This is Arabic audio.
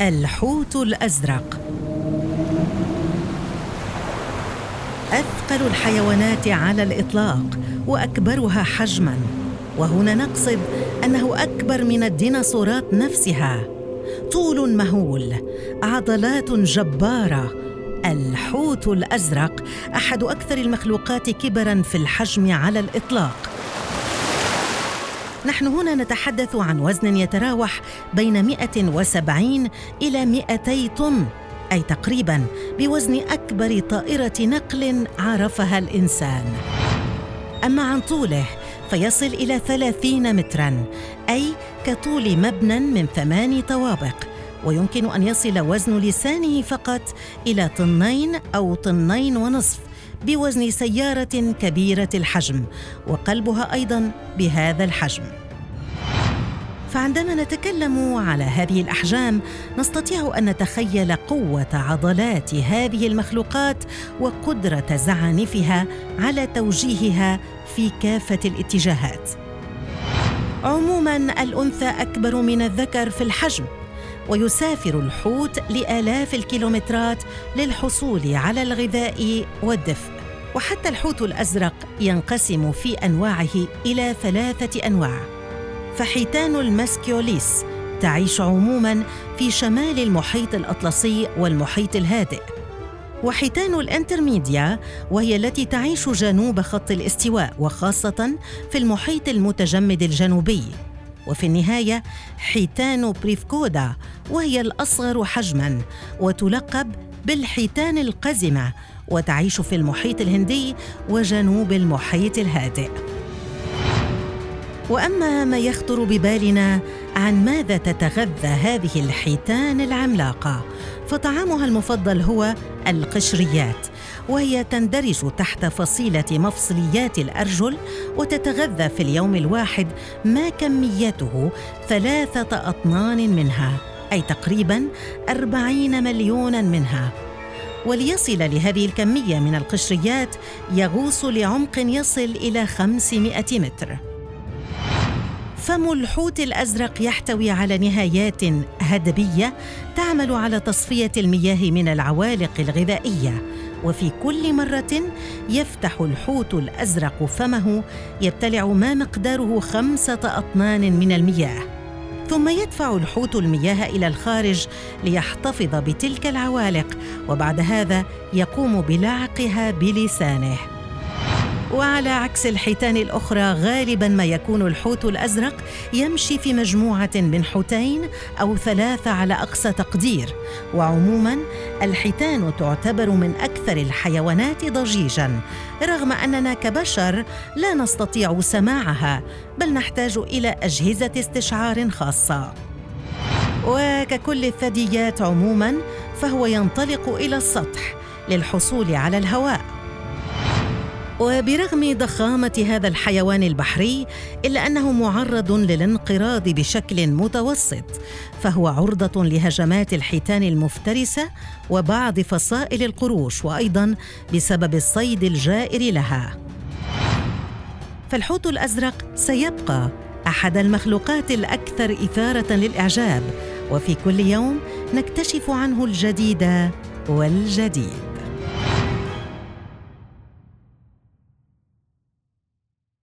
الحوت الأزرق أثقل الحيوانات على الإطلاق وأكبرها حجماً، وهنا نقصد أنه أكبر من الديناصورات نفسها. طول مهول، عضلات جبارة. الحوت الأزرق أحد أكثر المخلوقات كبراً في الحجم على الإطلاق. نحن هنا نتحدث عن وزن يتراوح بين 170 إلى 200 طن، أي تقريباً بوزن أكبر طائرة نقل عرفها الإنسان. أما عن طوله فيصل إلى 30 متراً، أي كطول مبنى من 8 طوابق، ويمكن أن يصل وزن لسانه فقط إلى 2 أو 2.5 بوزن سيارة كبيرة الحجم، وقلبها أيضاً بهذا الحجم. فعندما نتكلم على هذه الأحجام نستطيع أن نتخيل قوة عضلات هذه المخلوقات وقدرة زعانفها على توجيهها في كافة الاتجاهات. عموماً الأنثى أكبر من الذكر في الحجم، ويسافر الحوت لآلاف الكيلومترات للحصول على الغذاء والدفء. وحتى الحوت الأزرق ينقسم في أنواعه إلى 3 أنواع. فحيتان الماسكيوليس تعيش عموماً في شمال المحيط الأطلسي والمحيط الهادئ، وحيتان الانترميديا وهي التي تعيش جنوب خط الاستواء وخاصة في المحيط المتجمد الجنوبي. وفي النهاية حيتان بريفكودا وهي الأصغر حجماً وتلقب بالحيتان القزمة، وتعيش في المحيط الهندي وجنوب المحيط الهادئ. وأما ما يخطر ببالنا عن ماذا تتغذى هذه الحيتان العملاقة، فطعامها المفضل هو القشريات، وهي تندرج تحت فصيلة مفصليات الأرجل، وتتغذى في اليوم الواحد ما كميته 3 أطنان منها، أي تقريباً 40 مليوناً منها. وليصل لهذه الكمية من القشريات يغوص لعمق يصل إلى 500 متر. فم الحوت الأزرق يحتوي على نهايات هدبية تعمل على تصفية المياه من العوالق الغذائية، وفي كل مرة يفتح الحوت الأزرق فمه يبتلع ما مقداره 5 أطنان من المياه، ثم يدفع الحوت المياه إلى الخارج ليحتفظ بتلك العوالق، وبعد هذا يقوم بلعقها بلسانه. وعلى عكس الحيتان الأخرى غالباً ما يكون الحوت الأزرق يمشي في مجموعة من حوتين أو 3 على أقصى تقدير. وعموماً الحيتان تعتبر من أكثر الحيوانات ضجيجاً، رغم أننا كبشر لا نستطيع سماعها، بل نحتاج إلى أجهزة استشعار خاصة. وككل الثدييات عموماً فهو ينطلق إلى السطح للحصول على الهواء. وبرغم ضخامة هذا الحيوان البحري إلا أنه معرض للانقراض بشكل متوسط، فهو عرضة لهجمات الحيتان المفترسة وبعض فصائل القروش، وأيضاً بسبب الصيد الجائر لها. فالحوت الأزرق سيبقى أحد المخلوقات الأكثر إثارة للإعجاب، وفي كل يوم نكتشف عنه الجديد والجديد.